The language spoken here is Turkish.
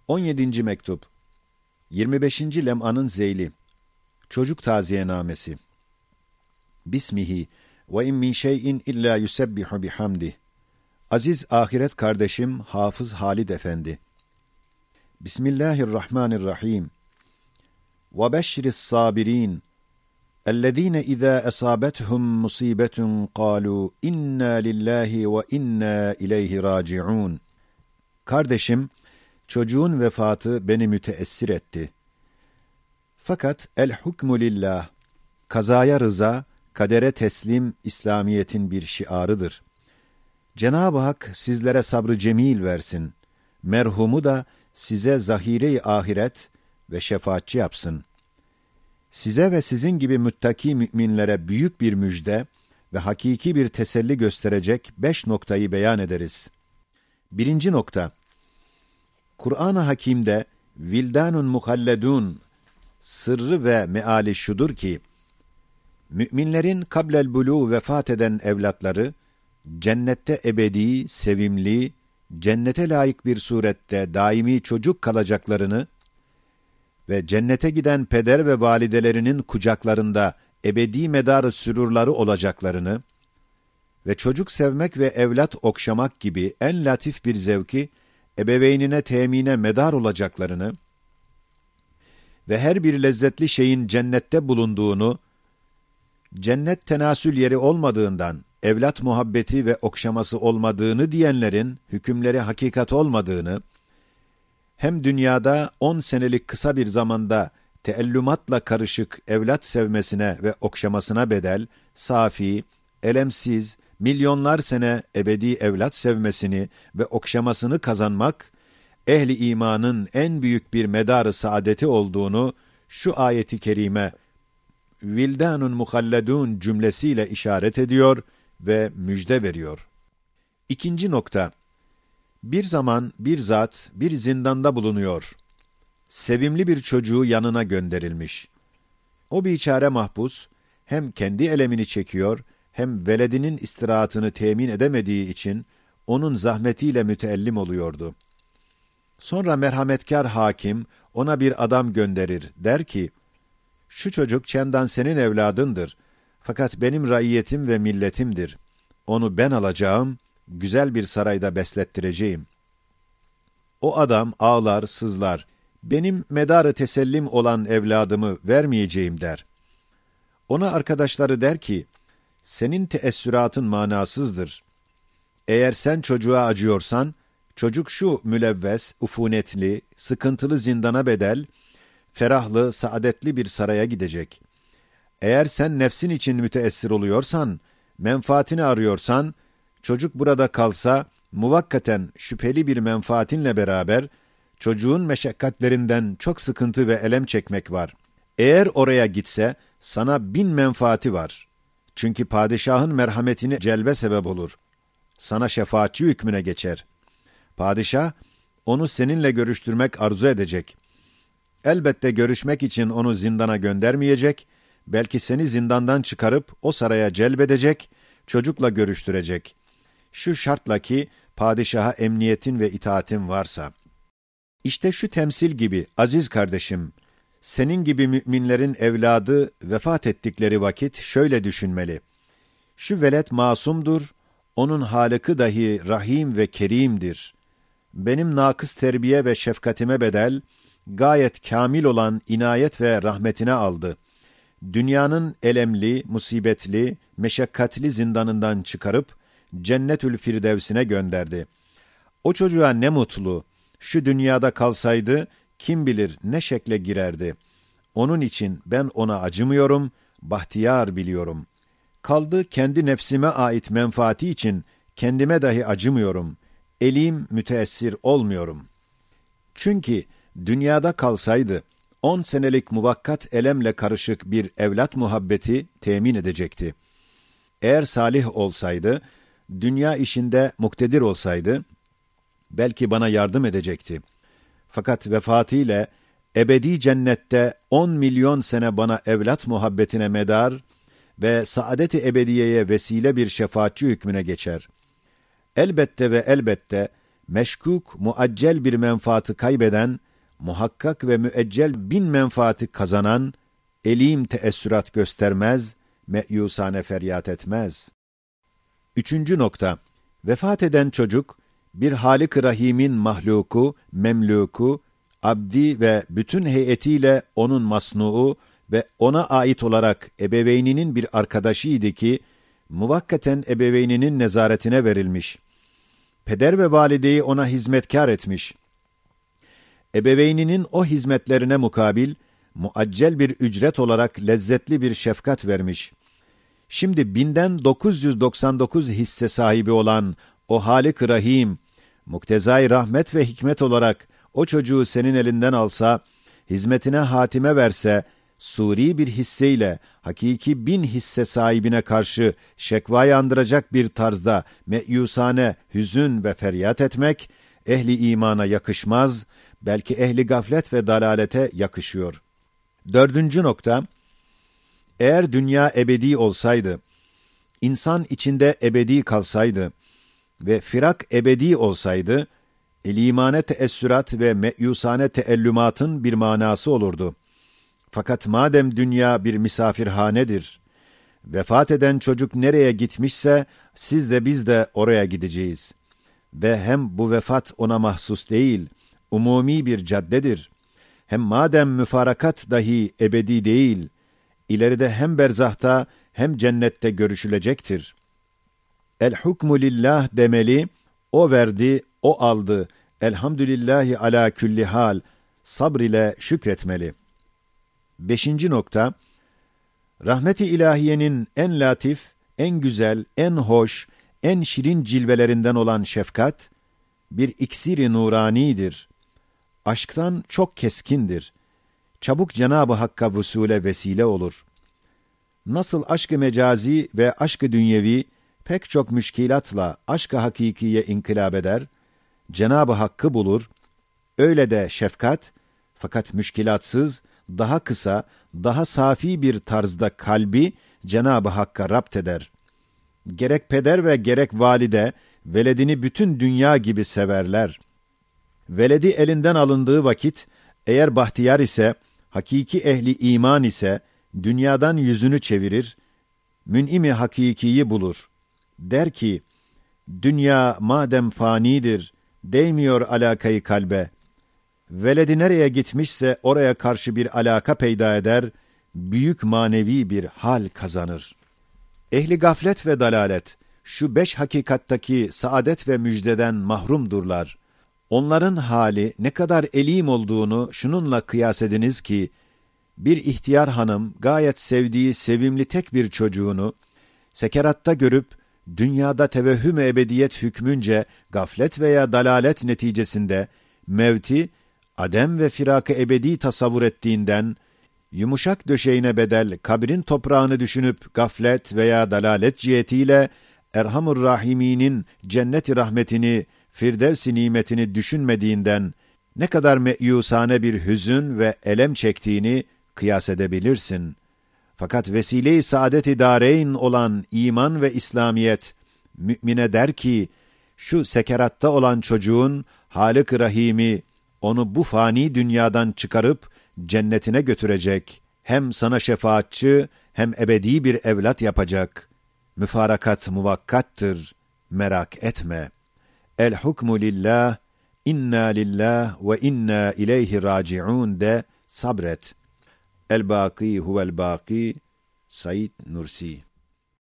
17. mektup. 25. lem'anın zeyli. Çocuk taziyenamesi. Bismihi ve in min şey'in illa yusebbihu bihamdih. Aziz ahiret kardeşim Hafız Halid Efendi. Bismillahirrahmanirrahim. Ve beşşiris sabirin. اَلَّذ۪ينَ اِذَا أَصَابَتْهُمْ مُصِيبَةٌ قَالُوا اِنَّا لِلّٰهِ وَاِنَّا اِلَيْهِ رَاجِعُونَ. Kardeşim, çocuğun vefatı beni müteessir etti. Fakat el-hukmu lillah, kazaya rıza, kadere teslim İslamiyet'in bir şiarıdır. Cenab-ı Hak sizlere sabrı cemil versin. Merhumu da size zahire-i ahiret ve şefaatçi yapsın. Size ve sizin gibi müttaki müminlere büyük bir müjde ve hakiki bir teselli gösterecek 5 noktayı beyan ederiz. 1. nokta. Kur'an-ı Hakîm'de vildanun muhalledun sırrı ve meali şudur ki, müminlerin kablel buluğ vefat eden evlatları, cennette ebedi, sevimli, cennete layık bir surette daimi çocuk kalacaklarını ve cennete giden peder ve validelerinin kucaklarında ebedi medarı sürurları olacaklarını ve çocuk sevmek ve evlat okşamak gibi en latif bir zevki ebeveynine temine medar olacaklarını ve her bir lezzetli şeyin cennette bulunduğunu, cennet tenasül yeri olmadığından, evlat muhabbeti ve okşaması olmadığını diyenlerin hükümleri hakikat olmadığını, hem dünyada 10 senelik kısa bir zamanda teellümatla karışık evlat sevmesine ve okşamasına bedel, safi, elemsiz, milyonlar sene ebedi evlat sevmesini ve okşamasını kazanmak, ehli imanın en büyük bir medarı saadeti olduğunu şu ayeti kerime, vildanun muhalledun cümlesiyle işaret ediyor ve müjde veriyor. 2. nokta. Bir zaman bir zat bir zindanda bulunuyor. Sevimli bir çocuğu yanına gönderilmiş. O biçare mahpus hem kendi elemini çekiyor hem veledinin istirahatını temin edemediği için onun zahmetiyle müteellim oluyordu. Sonra merhametkar hakim ona bir adam gönderir, der ki, şu çocuk çendan senin evladındır, fakat benim raiyetim ve milletimdir. Onu ben alacağım, güzel bir sarayda beslettireceğim. O adam ağlar, sızlar, benim medarı tesellim olan evladımı vermeyeceğim der. Ona arkadaşları der ki, senin teessüratın manasızdır. Eğer sen çocuğa acıyorsan, çocuk şu mülevves, ufunetli, sıkıntılı zindana bedel, ferahlı, saadetli bir saraya gidecek. Eğer sen nefsin için müteessir oluyorsan, menfaatini arıyorsan, çocuk burada kalsa, muvakkaten şüpheli bir menfaatinle beraber, çocuğun meşakkatlerinden çok sıkıntı ve elem çekmek var. Eğer oraya gitse, sana 1000 menfaati var. Çünkü padişahın merhametini celbe sebep olur. Sana şefaatçi hükmüne geçer. Padişah, onu seninle görüştürmek arzu edecek. Elbette görüşmek için onu zindana göndermeyecek, belki seni zindandan çıkarıp o saraya celbedecek, çocukla görüştürecek. Şu şartla ki, padişaha emniyetin ve itaatin varsa. İşte şu temsil gibi, aziz kardeşim, senin gibi müminlerin evladı vefat ettikleri vakit şöyle düşünmeli. Şu velet masumdur, onun halıkı dahi rahim ve kerimdir. Benim nakıs terbiye ve şefkatime bedel, gayet kamil olan inayet ve rahmetine aldı. Dünyanın elemli, musibetli, meşakkatli zindanından çıkarıp, Cennetül Firdevs'ine gönderdi. O çocuğa ne mutlu, şu dünyada kalsaydı, kim bilir ne şekle girerdi. Onun için ben ona acımıyorum, bahtiyar biliyorum. Kaldı kendi nefsime ait menfaati için, kendime dahi acımıyorum. Elim müteessir olmuyorum. Çünkü dünyada kalsaydı, 10 senelik muvakkat elemle karışık bir evlat muhabbeti temin edecekti. Eğer salih olsaydı, dünya işinde muktedir olsaydı, belki bana yardım edecekti. Fakat vefatıyla ebedi cennette 10 milyon sene bana evlat muhabbetine medar ve saadet-i ebediyeye vesile bir şefaatçi hükmüne geçer. Elbette ve elbette meşkuk, muaccel bir menfaati kaybeden, muhakkak ve müeccel bin menfaati kazanan, elim teessürat göstermez, meyusane feryat etmez. 3. nokta. Vefat eden çocuk, bir Hâlik-i Rahîm'in mahluku, memluku, abdi ve bütün heyetiyle onun masnuu ve ona ait olarak ebeveyninin bir arkadaşıydı ki, muvakkaten ebeveyninin nezaretine verilmiş. Peder ve valideyi ona hizmetkar etmiş. Ebeveyninin o hizmetlerine mukabil, muaccel bir ücret olarak lezzetli bir şefkat vermiş. Şimdi 1999 hisse sahibi olan o Hâlik-i Rahîm, muktezai rahmet ve hikmet olarak o çocuğu senin elinden alsa, hizmetine hatime verse, suri bir hisseyle hakiki 1000 hisse sahibine karşı şekvayı andıracak bir tarzda meyusane hüzün ve feryat etmek, ehli imana yakışmaz, belki ehli gaflet ve dalalete yakışıyor. 4. nokta, eğer dünya ebedi olsaydı, insan içinde ebedi kalsaydı ve firak ebedi olsaydı, el-imane teessürat ve meyusane teellümatın bir manası olurdu. Fakat madem dünya bir misafirhanedir, vefat eden çocuk nereye gitmişse, siz de biz de oraya gideceğiz. Ve hem bu vefat ona mahsus değil, umumi bir caddedir. Hem madem müfarakat dahi ebedi değil, ileride hem berzahta hem cennette görüşülecektir. El hukmu lillah demeli, o verdi, o aldı, elhamdülillahi ala külli hal, sabr ile şükretmeli. 5. nokta, rahmet-i ilahiyenin en latif, en güzel, en hoş, en şirin cilvelerinden olan şefkat, bir iksir-i nuranidir. Aşktan çok keskindir. Çabuk Cenab-ı Hakk'a vusule vesile olur. Nasıl aşk-ı mecazi ve aşk-ı dünyevi pek çok müşkilatla aşk-ı hakikiye inkılap eder, Cenab-ı Hakk'ı bulur, öyle de şefkat, fakat müşkilatsız, daha kısa, daha safi bir tarzda kalbi Cenab-ı Hakk'a rapt eder. Gerek peder ve gerek valide, veledini bütün dünya gibi severler. Veledi elinden alındığı vakit, eğer bahtiyar ise, hakiki ehli iman ise, dünyadan yüzünü çevirir, mün'im-i hakikiyi bulur. Der ki, dünya madem fanidir, değmiyor alakayı kalbe. Veledi nereye gitmişse oraya karşı bir alaka peyda eder, büyük manevi bir hal kazanır. Ehli gaflet ve dalalet, şu 5 hakikattaki saadet ve müjdeden mahrumdurlar. Onların hali ne kadar elim olduğunu şununla kıyas ediniz ki, bir ihtiyar hanım gayet sevdiği sevimli tek bir çocuğunu, sekeratta görüp, dünyada tevehhüm-i ebediyet hükmünce gaflet veya dalalet neticesinde, mevti, adem ve firak-ı ebedi tasavvur ettiğinden, yumuşak döşeğine bedel kabrin toprağını düşünüp gaflet veya dalalet cihetiyle, Erhamur Rahimî'nin cennet-i rahmetini, Firdevs-i nimetini düşünmediğinden, ne kadar meyusane bir hüzün ve elem çektiğini kıyas edebilirsin. Fakat vesile-i saadet-i dâreyn olan iman ve İslamiyet, mümine der ki, şu sekeratta olan çocuğun Hâlik-i Rahîm'i, onu bu fani dünyadan çıkarıp cennetine götürecek, hem sana şefaatçi, hem ebedi bir evlat yapacak. Müfarakat muvakkattır, merak etme. El hukmu lillah, inna lillah ve inna ileyhi raciun de sabret. El-Bâkî huvel-Bâkî, Said Nursi.